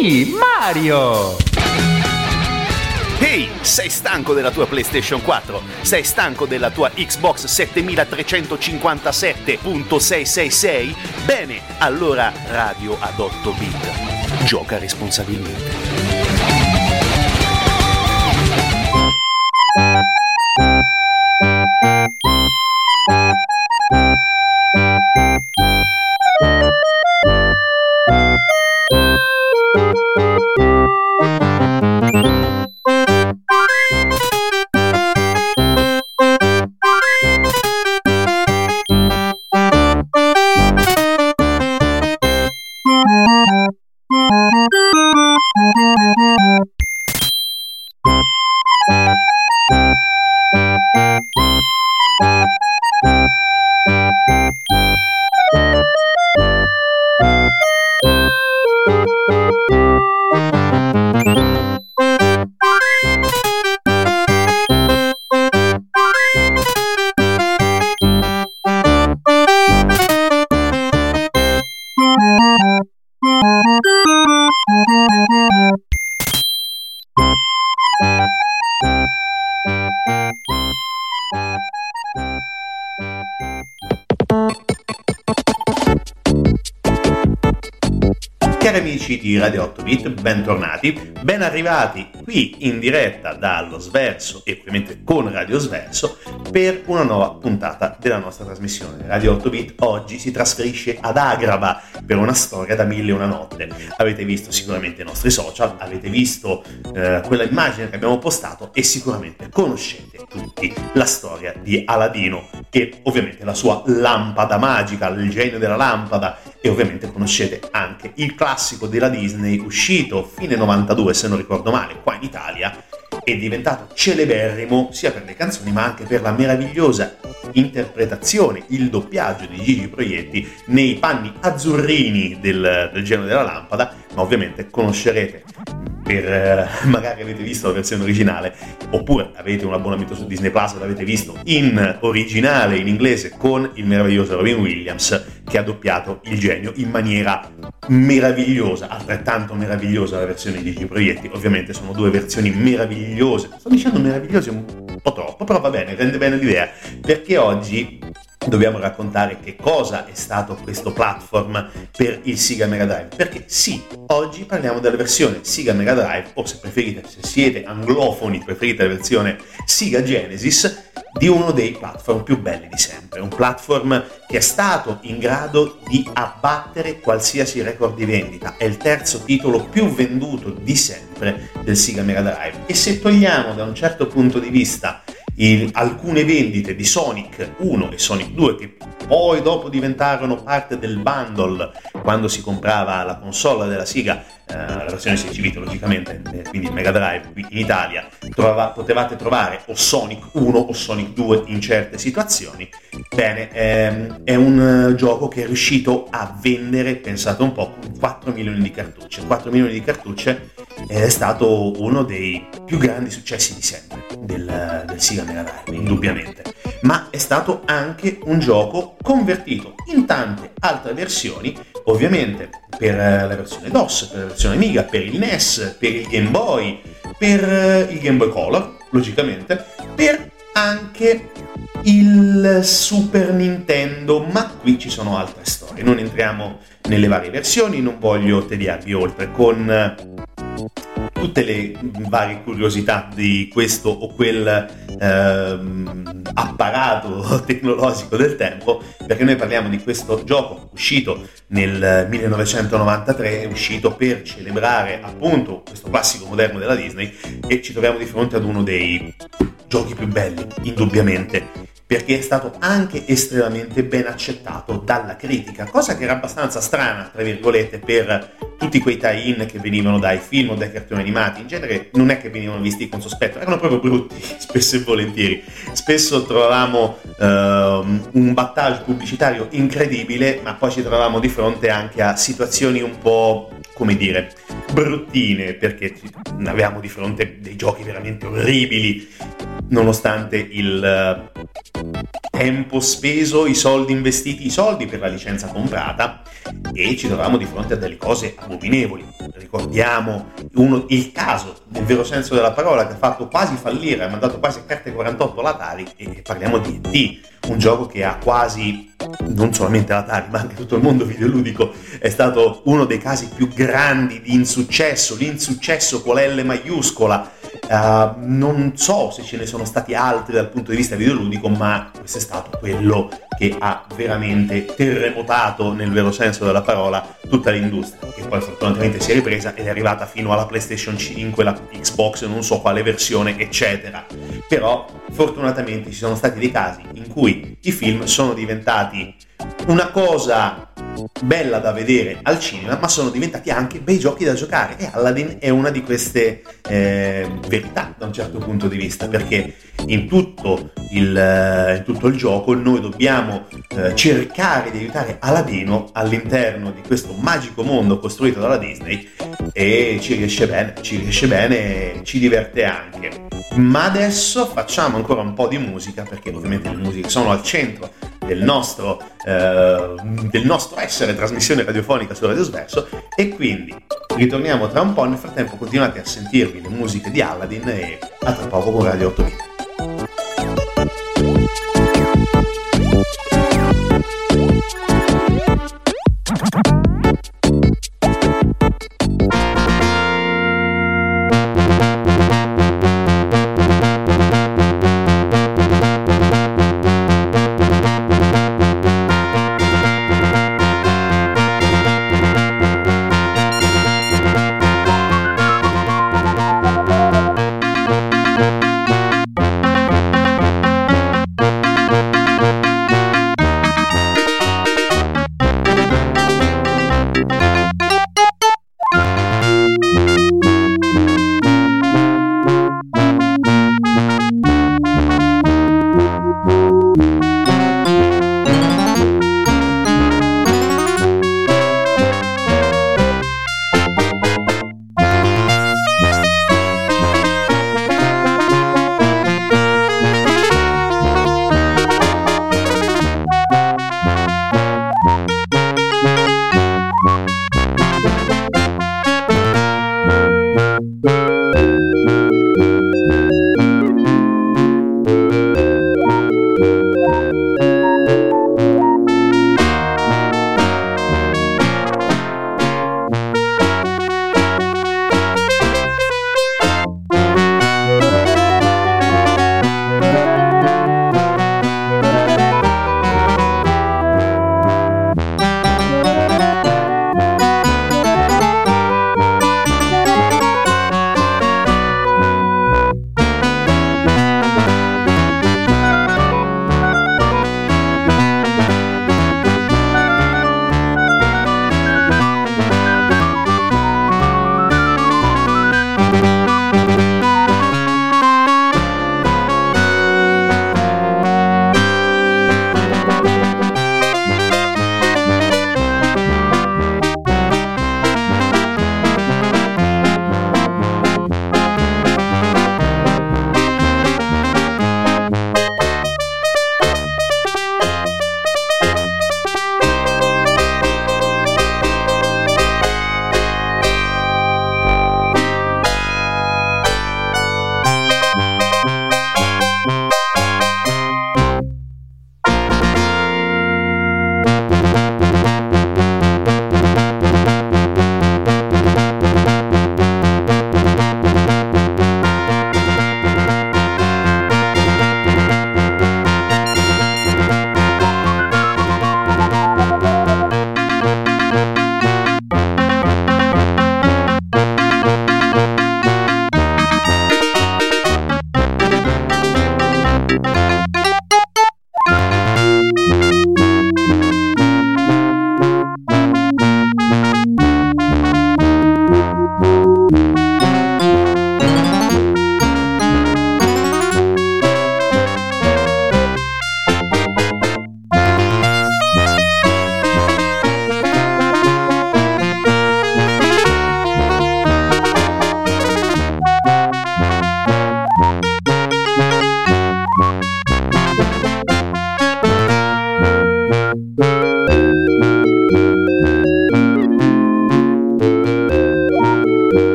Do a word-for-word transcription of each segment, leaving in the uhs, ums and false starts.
Sì, Mario! Ehi, sei stanco della tua PlayStation quattro? Sei stanco della tua Xbox setemilatrecentocinquantasette sei sei sei? Bene, allora Radio ad otto bit. Gioca responsabilmente. Cari amici di Radio otto bit, bentornati, ben arrivati qui in diretta dallo Sverso e ovviamente con Radio Sverso per una nuova puntata della nostra trasmissione. Radio otto bit oggi si trasferisce ad Agraba per una storia da mille e una notte. Avete visto sicuramente i nostri social, avete visto eh, quella immagine che abbiamo postato e sicuramente conoscete tutti la storia di Aladino e ovviamente la sua lampada magica, il genio della lampada, e ovviamente conoscete anche il classico della Disney uscito fine novantadue, se non ricordo male, qua in Italia, è diventato celeberrimo sia per le canzoni ma anche per la meravigliosa interpretazione, il doppiaggio di Gigi Proietti nei panni azzurrini del, del genio della lampada. Ma ovviamente conoscerete, per eh, magari avete visto la versione originale oppure avete un abbonamento su Disney Plus e l'avete visto in originale in inglese con il meraviglioso Robin Williams che ha doppiato il genio in maniera meravigliosa, altrettanto meravigliosa la versione di Gigi Proietti. Ovviamente sono due versioni meravigliose, sto dicendo meravigliose un po' troppo, però va bene, rende bene l'idea, perché oggi dobbiamo raccontare che cosa è stato questo platform per il Sega Mega Drive, perché sì, oggi parliamo della versione Sega Mega Drive, o se preferite, se siete anglofoni, preferite la versione Sega Genesis, di uno dei platform più belli di sempre, un platform che è stato in grado di abbattere qualsiasi record di vendita, è il terzo titolo più venduto di sempre del Sega Mega Drive, e se togliamo da un certo punto di vista Il, alcune vendite di Sonic uno e Sonic due, che poi dopo diventarono parte del bundle quando si comprava la console della Sega, eh, la versione sei bit logicamente, eh, quindi il Mega Drive qui in Italia, trova, potevate trovare o Sonic uno o Sonic due in certe situazioni. Bene, ehm, è un gioco che è riuscito a vendere, pensate un po', con quattro milioni di cartucce. quattro milioni di cartucce è stato uno dei più grandi successi di sempre del, del Sega Mega Drive, indubbiamente, ma è stato anche un gioco convertito in tante altre versioni, ovviamente per la versione DOS, per la versione Amiga, per il N E S, per il Game Boy, per il Game Boy Color, logicamente, per anche il Super Nintendo, ma qui ci sono altre storie, non entriamo nelle varie versioni, non voglio tediarvi oltre con tutte le varie curiosità di questo o quel ehm, apparato tecnologico del tempo, perché noi parliamo di questo gioco uscito nel millenovecentonovantatré, uscito per celebrare appunto questo classico moderno della Disney, e ci troviamo di fronte ad uno dei giochi più belli, indubbiamente, perché è stato anche estremamente ben accettato dalla critica, cosa che era abbastanza strana, tra virgolette, per tutti quei tie-in che venivano dai film o dai cartoni animati. In genere non è che venivano visti con sospetto, erano proprio brutti, spesso e volentieri. Spesso trovavamo uh, un battage pubblicitario incredibile, ma poi ci trovavamo di fronte anche a situazioni un po', come dire, bruttine, perché avevamo di fronte dei giochi veramente orribili, nonostante il tempo speso, i soldi investiti, i soldi per la licenza comprata, e ci trovavamo di fronte a delle cose abominevoli. ricordiamo uno, il caso, nel vero senso della parola, che ha fatto quasi fallire, ha mandato quasi a carte quarantotto l'Atari, e parliamo di E T, un gioco che ha quasi, non solamente l'Atari ma anche tutto il mondo videoludico, è stato uno dei casi più grandi di insuccesso. L'insuccesso con l'L maiuscola. Uh, non so se ce ne sono stati altri dal punto di vista videoludico, ma questo è stato quello che ha veramente terremotato, nel vero senso della parola, tutta l'industria, che poi fortunatamente si è ripresa ed è arrivata fino alla PlayStation cinque, la Xbox, non so quale versione, eccetera. Però fortunatamente ci sono stati dei casi in cui i film sono diventati una cosa bella da vedere al cinema, ma sono diventati anche bei giochi da giocare, e Aladdin è una di queste eh, verità da un certo punto di vista, perché in tutto il, eh, in tutto il gioco noi dobbiamo eh, cercare di aiutare Aladino all'interno di questo magico mondo costruito dalla Disney, e ci riesce bene, ci riesce bene e ci diverte anche. Ma adesso facciamo ancora un po' di musica, perché ovviamente le musiche sono al centro del nostro, eh, del nostro essere trasmissione radiofonica su Radio Sverso, e quindi ritorniamo tra un po'. Nel frattempo continuate a sentirvi le musiche di Aladdin, e a tra poco con Radio otto bit.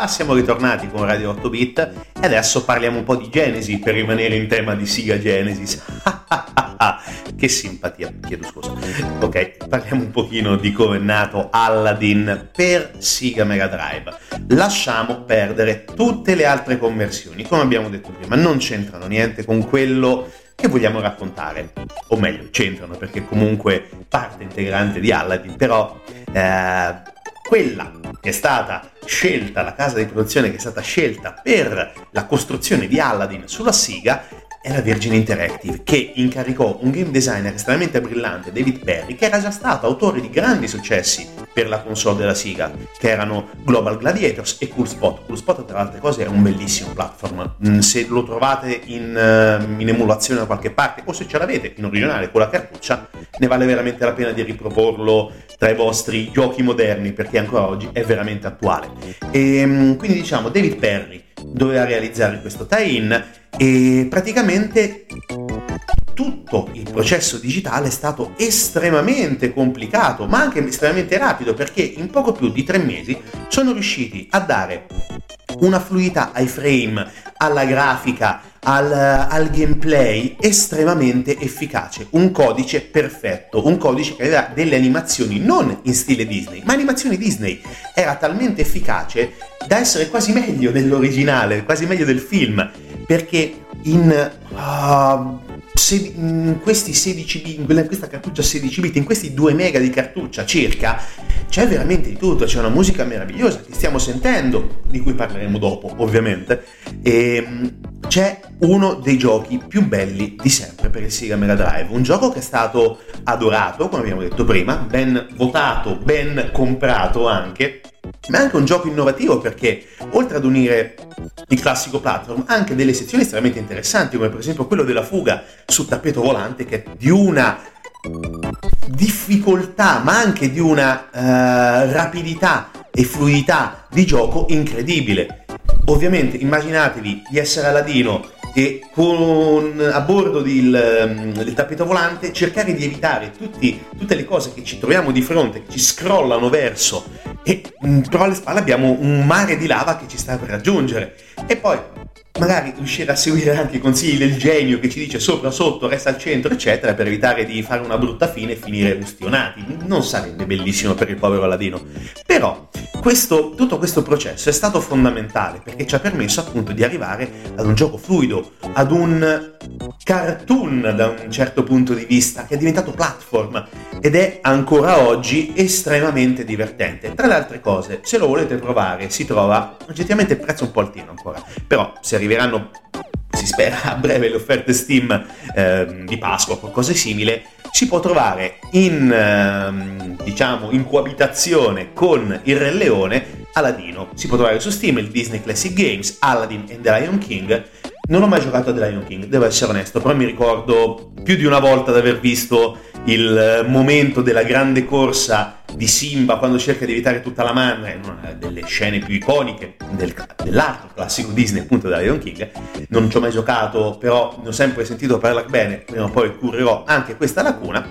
siamo ritornati con Radio otto bit e adesso parliamo un po' di Genesis per rimanere in tema di Sega Genesis. Che simpatia, chiedo scusa. Ok, parliamo un pochino di come è nato Aladdin per Sega Mega Drive. Lasciamo perdere tutte le altre conversioni, come abbiamo detto prima, non c'entrano niente con quello che vogliamo raccontare, o meglio, c'entrano perché comunque parte integrante di Aladdin, però eh, quella che è stata scelta, la casa di produzione che è stata scelta per la costruzione di Aladdin sulla Sega è la Virgin Interactive, che incaricò un game designer estremamente brillante, David Perry, che era già stato autore di grandi successi per la console della Sega, che erano Global Gladiators e Cool Spot. Cool Spot, tra le altre cose, è un bellissimo platform. Se lo trovate in, in emulazione da qualche parte, o se ce l'avete in originale con la cartuccia, ne vale veramente la pena di riproporlo tra i vostri giochi moderni, perché ancora oggi è veramente attuale. E quindi, diciamo, David Perry doveva realizzare questo tie-in e praticamente tutto il processo digitale è stato estremamente complicato, ma anche estremamente rapido, perché in poco più di tre mesi sono riusciti a dare una fluidità ai frame, alla grafica, al, al gameplay estremamente efficace, un codice perfetto, un codice che aveva delle animazioni non in stile Disney, ma animazioni Disney. Era talmente efficace da essere quasi meglio dell'originale, quasi meglio del film, perché in, uh, se, in questi sedici bit, in questa cartuccia sedici bit, in questi due mega di cartuccia circa, c'è veramente di tutto. C'è una musica meravigliosa che stiamo sentendo, di cui parleremo dopo ovviamente, e c'è uno dei giochi più belli di sempre per il Sega Mega Drive, un gioco che è stato adorato, come abbiamo detto prima, ben votato, ben comprato anche, ma è anche un gioco innovativo perché oltre ad unire il classico platform ha anche delle sezioni estremamente interessanti, come per esempio quello della fuga sul tappeto volante, che è di una difficoltà ma anche di una uh, rapidità e fluidità di gioco incredibile. Ovviamente immaginatevi di essere Aladino e con a bordo del, del tappeto volante cercare di evitare tutti, tutte le cose che ci troviamo di fronte, che ci scrollano verso, e però alle spalle abbiamo un mare di lava che ci sta per raggiungere, e poi magari riuscire a seguire anche i consigli del genio che ci dice sopra, sotto, resta al centro, eccetera, per evitare di fare una brutta fine e finire ustionati. Non sarebbe bellissimo per il povero Aladino. Però questo, tutto questo processo è stato fondamentale perché ci ha permesso appunto di arrivare ad un gioco fluido, ad un cartoon da un certo punto di vista, che è diventato platform ed è ancora oggi estremamente divertente. Tra le altre cose, se lo volete provare, si trova oggettivamente il prezzo un po' altino ancora, però se arriveranno, si spera a breve, le offerte Steam eh, di Pasqua o qualcosa simile, si può trovare in eh, diciamo in coabitazione con il Re Leone Aladino. Si può trovare su Steam il Disney Classic Games Aladdin and the Lion King. Non ho mai giocato a The Lion King, devo essere onesto, però mi ricordo più di una volta di aver visto il momento della grande corsa di Simba quando cerca di evitare tutta la manna, è una delle scene più iconiche del, dell'altro classico Disney, appunto The Lion King. Non ci ho mai giocato, però ne ho sempre sentito parlare bene, prima o poi curerò anche questa lacuna.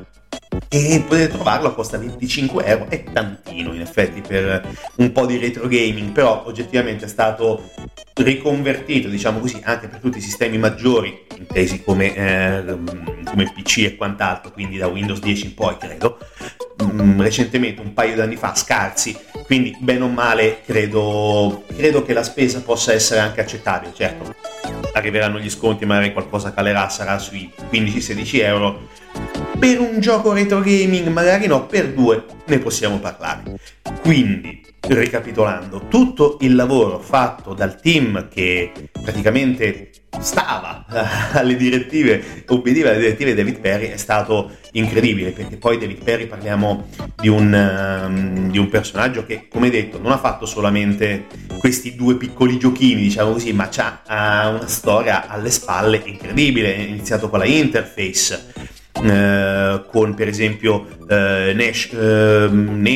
E potete trovarlo, costa venticinque euro, è tantino in effetti per un po' di retro gaming, però oggettivamente è stato riconvertito, diciamo così, anche per tutti i sistemi maggiori, intesi come, eh, come P C e quant'altro, quindi da Windows dieci in poi credo, mm, recentemente, un paio d'anni fa, scarsi, quindi bene o male credo, credo che la spesa possa essere anche accettabile. Certo, arriveranno gli sconti, magari qualcosa calerà, sarà sui quindici sedici euro. Per un gioco retro gaming magari no, per due ne possiamo parlare. Quindi, ricapitolando, tutto il lavoro fatto dal team che praticamente stava alle direttive, obbediva alle direttive di David Perry, è stato incredibile, perché poi David Perry, parliamo di un, um, di un personaggio che, come detto, non ha fatto solamente questi due piccoli giochini, diciamo così, ma c'ha uh, una storia alle spalle incredibile. È iniziato con la interface, Uh, con per esempio uh, Nash, uh,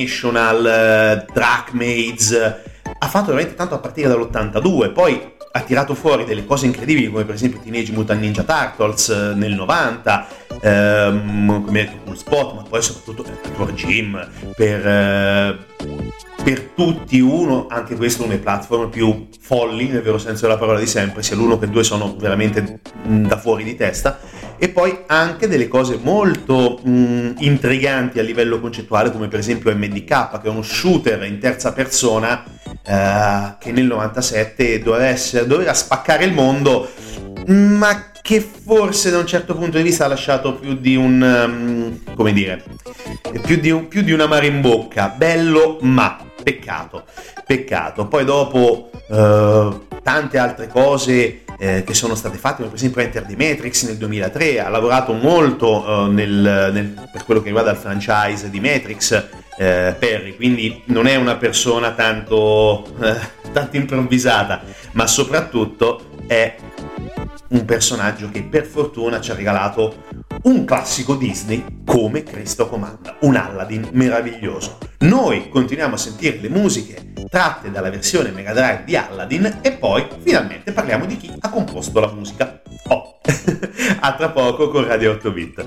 National, uh, Trackmaids, ha fatto veramente tanto a partire dall'ottantadue, poi ha tirato fuori delle cose incredibili come per esempio Teenage Mutant Ninja Turtles uh, nel novanta, ehm, come Cool Spot, ma poi soprattutto per Tour Gym, per, eh, per tutti uno, anche questo uno dei platform più folli nel vero senso della parola di sempre, sia l'uno che il due sono veramente da fuori di testa, e poi anche delle cose molto mh, intriganti a livello concettuale, come per esempio M D K, che è uno shooter in terza persona eh, che nel novantasette doveva, essere, doveva spaccare il mondo, ma che forse da un certo punto di vista ha lasciato più di un um, come dire più di, un, più di un amaro in bocca. Bello, ma peccato peccato poi dopo uh, tante altre cose eh, che sono state fatte, come per esempio Enter the Matrix nel duemilatré, ha lavorato molto uh, nel, nel, per quello che riguarda il franchise di Matrix, eh, Perry, quindi non è una persona tanto eh, tanto improvvisata, ma soprattutto è un personaggio che per fortuna ci ha regalato un classico Disney come Cristo comanda, un Aladdin meraviglioso. Noi continuiamo a sentire le musiche tratte dalla versione Mega Drive di Aladdin e poi finalmente parliamo di chi ha composto la musica. Oh, a tra poco con Radio otto bit.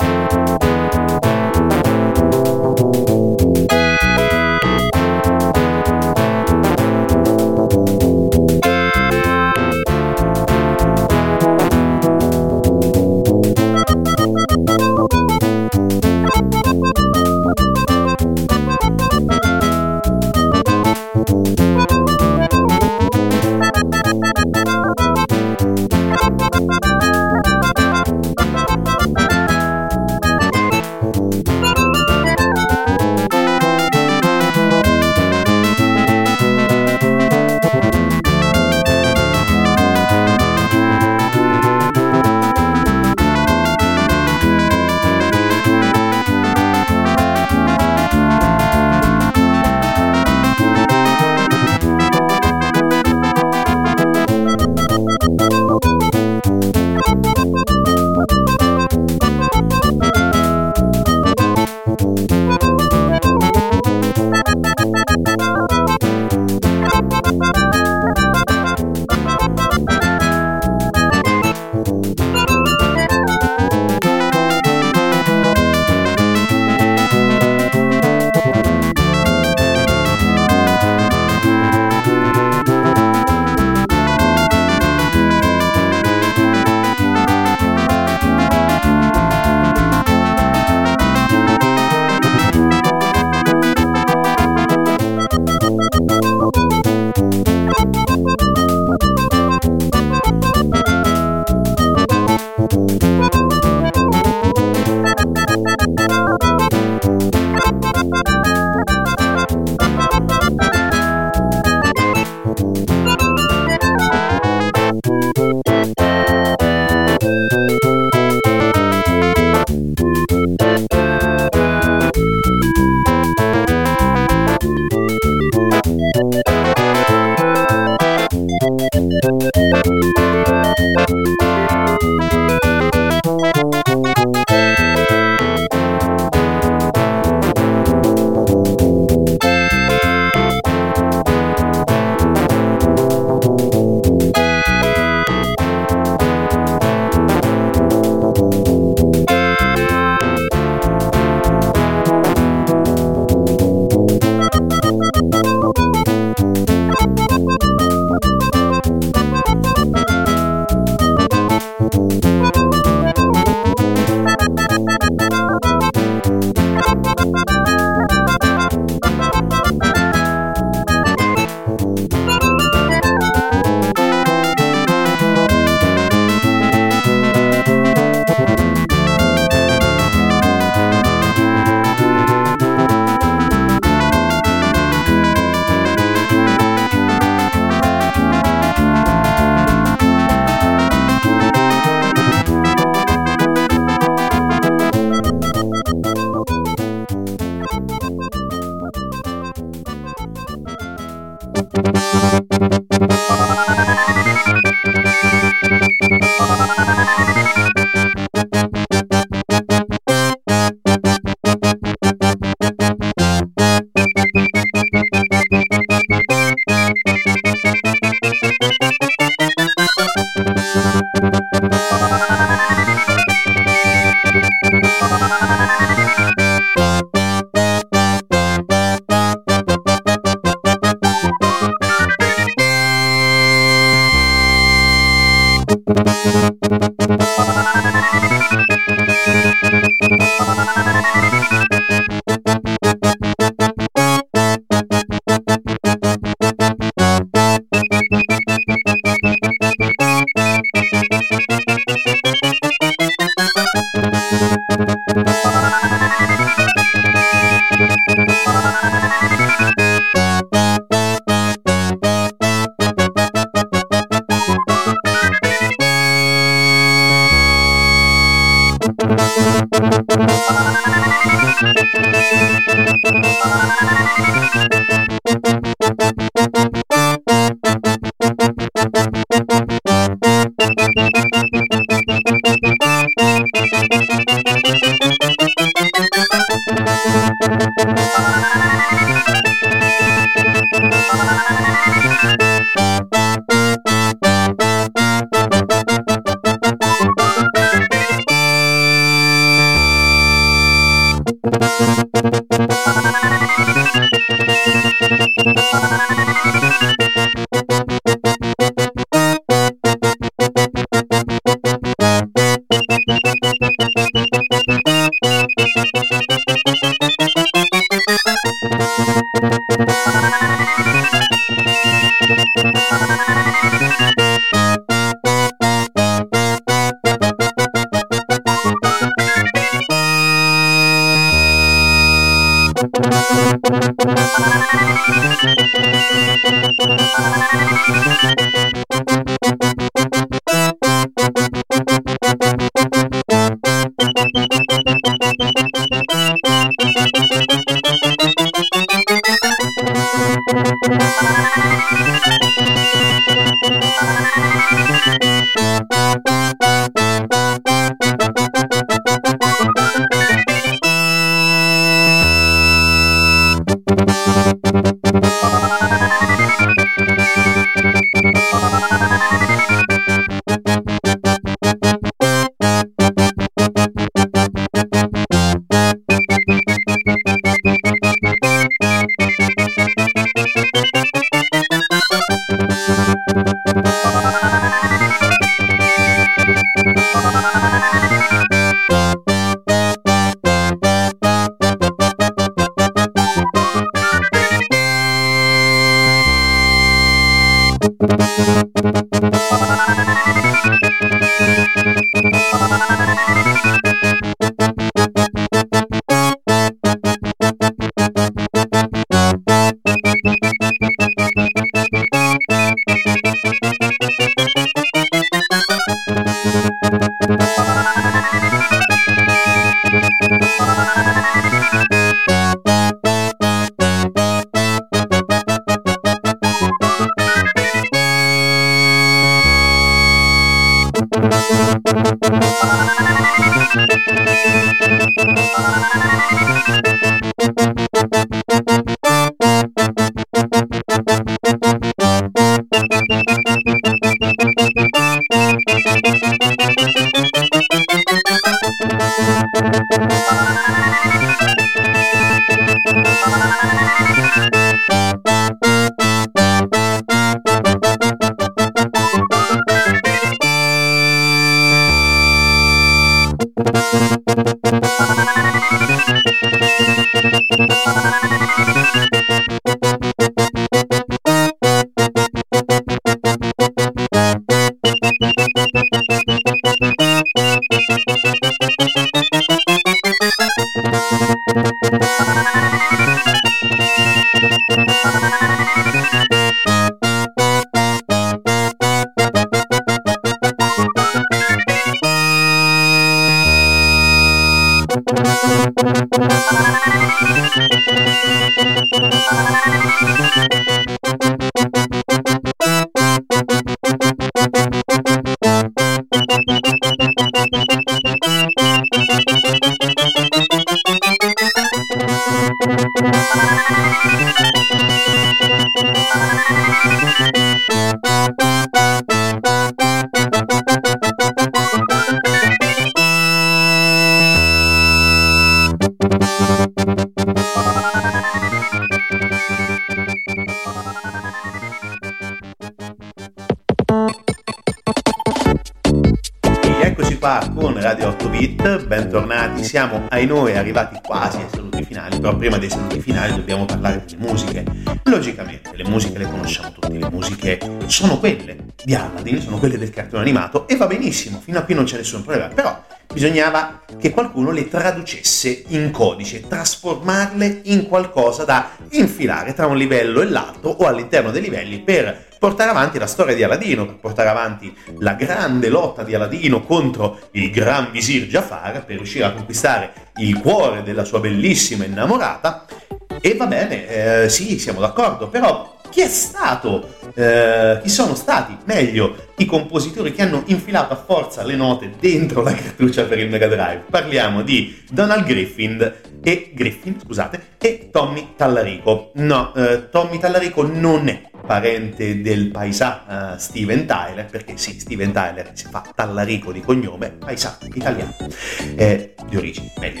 fa con Radio otto bit, bentornati, siamo ai noi arrivati quasi ai saluti finali, però prima dei saluti finali dobbiamo parlare delle musiche. Logicamente le musiche le conosciamo tutti, le musiche sono quelle di Aladdin, sono quelle del cartone animato e va benissimo, fino a qui non c'è nessun problema, però bisognava che qualcuno le traducesse in codice, trasformarle in qualcosa da infilare tra un livello e l'altro o all'interno dei livelli per portare avanti la storia di Aladino, per portare avanti la grande lotta di Aladino contro il gran visir Jafar, per riuscire a conquistare il cuore della sua bellissima innamorata. E va bene, eh, sì, siamo d'accordo, però chi è stato, eh, chi sono stati, meglio, i compositori che hanno infilato a forza le note dentro la cartuccia per il Mega Drive? Parliamo di Donald Griffin e Griffin, scusate, e Tommy Tallarico. No, eh, Tommy Tallarico non è parente del paesà uh, Steven Tyler, perché sì, Steven Tyler si fa Tallarico di cognome, paesà italiano, eh, di origine, meglio.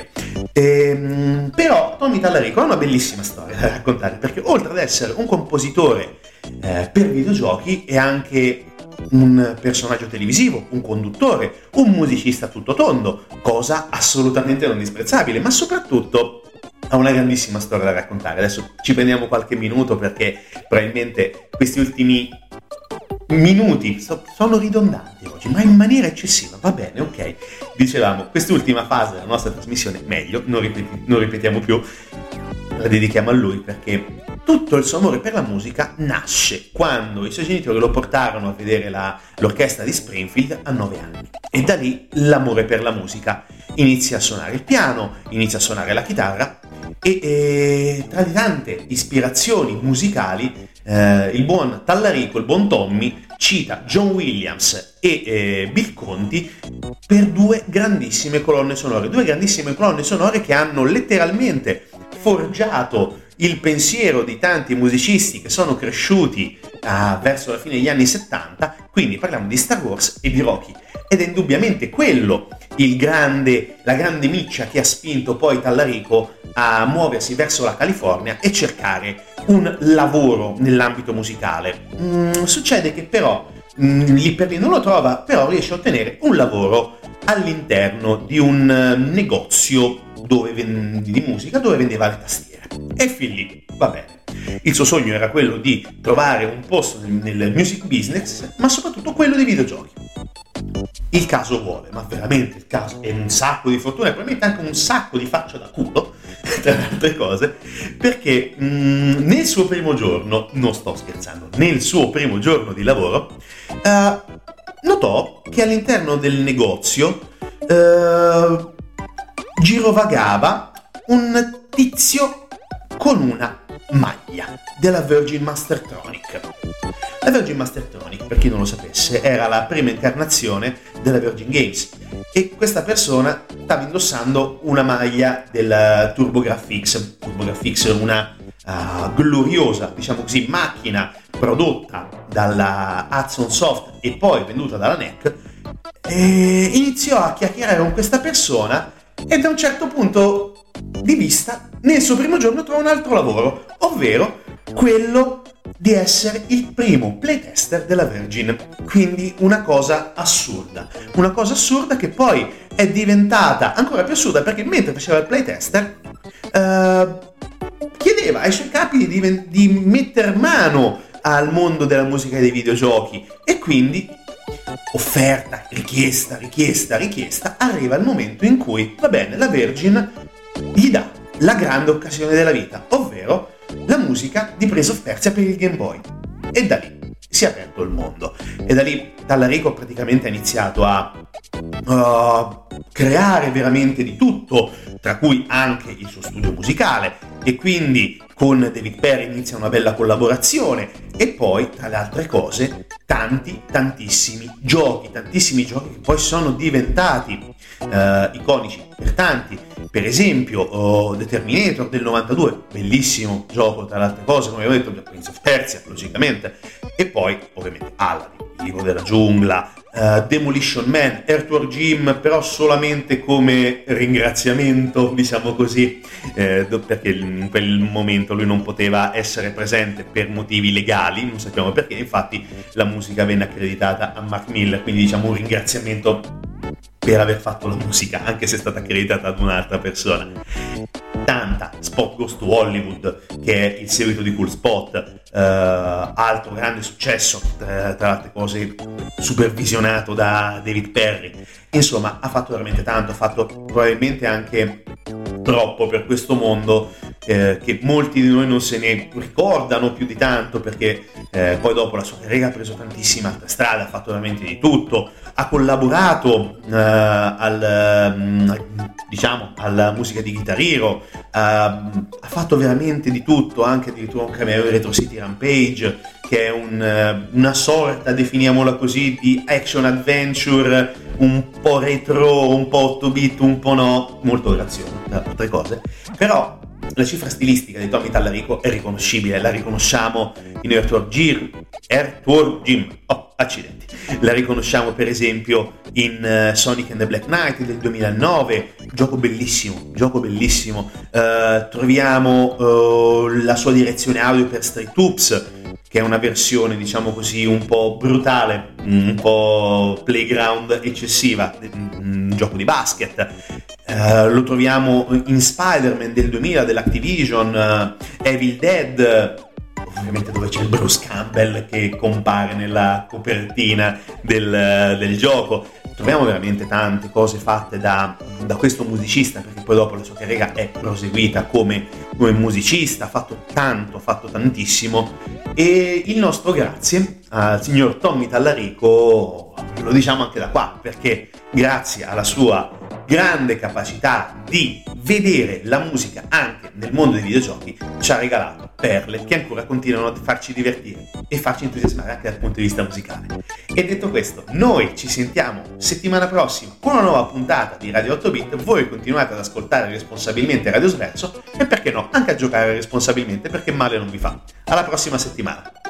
Ehm, però Tommy Tallarico ha una bellissima storia da raccontare, perché oltre ad essere un compositore eh, per videogiochi è anche un personaggio televisivo, un conduttore, un musicista tutto tondo, cosa assolutamente non disprezzabile, ma soprattutto ha una grandissima storia da raccontare. Adesso ci prendiamo qualche minuto perché probabilmente questi ultimi minuti so, sono ridondanti oggi, ma in maniera eccessiva, va bene, ok. Dicevamo, quest'ultima fase della nostra trasmissione, meglio, non, ripeti, non ripetiamo più, la dedichiamo a lui perché tutto il suo amore per la musica nasce quando i suoi genitori lo portarono a vedere la, l'orchestra di Springfield a nove anni. E da lì l'amore per la musica. Inizia a suonare il piano, inizia a suonare la chitarra e, e tra le tante ispirazioni musicali eh, il buon Tallarico, il buon Tommy, cita John Williams e eh, Bill Conti per due grandissime colonne sonore, due grandissime colonne sonore che hanno letteralmente forgiato il pensiero di tanti musicisti che sono cresciuti uh, verso la fine degli anni settanta, quindi parliamo di Star Wars e di Rocky, ed è indubbiamente quello il grande, la grande miccia che ha spinto poi Tallarico a muoversi verso la California e cercare un lavoro nell'ambito musicale. Mm, succede che però mm, lì per lì non lo trova, però riesce a ottenere un lavoro all'interno di un uh, negozio dove vendi, di musica dove vendeva le tastiere. E fin lì va bene. Il suo sogno era quello di trovare un posto nel, nel music business, ma soprattutto quello dei videogiochi. Il caso vuole, ma veramente il caso è un sacco di fortuna e probabilmente anche un sacco di faccia da culo, tra le altre cose, perché mh, nel suo primo giorno, non sto scherzando, nel suo primo giorno di lavoro, uh, notò che all'interno del negozio uh, girovagava un tizio con una maglia della Virgin Mastertronic. La Virgin Mastertronic, per chi non lo sapesse, era la prima incarnazione della Virgin Games e questa persona stava indossando una maglia della TurboGrafx. TurboGrafx è una uh, gloriosa, diciamo così, macchina prodotta dalla Hudson Soft e poi venduta dalla N E C, e iniziò a chiacchierare con questa persona e da un certo punto di vista nel suo primo giorno trova un altro lavoro, ovvero quello di essere il primo playtester della Virgin. Quindi una cosa assurda, una cosa assurda che poi è diventata ancora più assurda perché mentre faceva il playtester eh, chiedeva ai suoi capi di, di metter mano al mondo della musica e dei videogiochi e quindi offerta, richiesta, richiesta, richiesta, arriva il momento in cui, va bene, la Virgin gli dà la grande occasione della vita, ovvero la musica di Prince of Persia per il Game Boy. E da lì si è aperto il mondo. E da lì Tallarico praticamente ha iniziato a uh, creare veramente di tutto, tra cui anche il suo studio musicale, e quindi con David Perry inizia una bella collaborazione e poi, tra le altre cose, tanti, tantissimi giochi, tantissimi giochi che poi sono diventati uh, iconici per tanti. Per esempio uh, The Terminator del novantadue, bellissimo gioco tra le altre cose, come avevo detto, Prince of Persia, logicamente, e poi ovviamente Aladdin, il libro della giungla, uh, Demolition Man, Earthworm Jim, però solamente come ringraziamento, diciamo così, eh, perché in quel momento lui non poteva essere presente per motivi legali, non sappiamo perché, infatti la musica venne accreditata a Mark Miller, quindi diciamo un ringraziamento per aver fatto la musica, anche se è stata accreditata ad un'altra persona. Tanta, Spot Goes to Hollywood, che è il seguito di Cool Spot, eh, altro grande successo, tra, tra altre cose supervisionato da David Perry. Insomma, ha fatto veramente tanto, ha fatto probabilmente anche troppo per questo mondo, eh, che molti di noi non se ne ricordano più di tanto, perché eh, poi dopo la sua carriera ha preso tantissima altra strada, ha fatto veramente di tutto, ha collaborato eh, al, um, diciamo, alla musica di Guitar Hero, uh, ha fatto veramente di tutto, anche addirittura un cameo in Retro City Rampage, che è un, una sorta, definiamola così, di action adventure un po' retro, un po' otto bit, un po' no, molto grazioso tra altre cose. Però la cifra stilistica di Tommy Tallarico è riconoscibile, la riconosciamo in Earthworm Jim, Earthworm Jim, oh, accidenti, la riconosciamo per esempio in uh, Sonic and the Black Knight del duemilanove, gioco bellissimo, gioco bellissimo, uh, troviamo uh, la sua direzione audio per Street Hoops, che è una versione, diciamo così, un po' brutale, un po' playground eccessiva, un gioco di basket. Uh, lo troviamo in Spider-Man del duemila dell'Activision, uh, Evil Dead, ovviamente dove c'è il Bruce Campbell che compare nella copertina del, del gioco. Troviamo veramente tante cose fatte da, da questo musicista, perché poi dopo la sua carriera è proseguita come, come musicista, ha fatto tanto, ha fatto tantissimo, e il nostro grazie al signor Tommy Tallarico lo diciamo anche da qua, perché grazie alla sua grande capacità di vedere la musica anche nel mondo dei videogiochi ci ha regalato perle che ancora continuano a farci divertire e farci entusiasmare anche dal punto di vista musicale. E detto questo, noi ci sentiamo settimana prossima con una nuova puntata di Radio otto bit. Voi continuate ad ascoltare responsabilmente Radio Sverso e perché no anche a giocare responsabilmente, perché male non vi fa. Alla prossima settimana.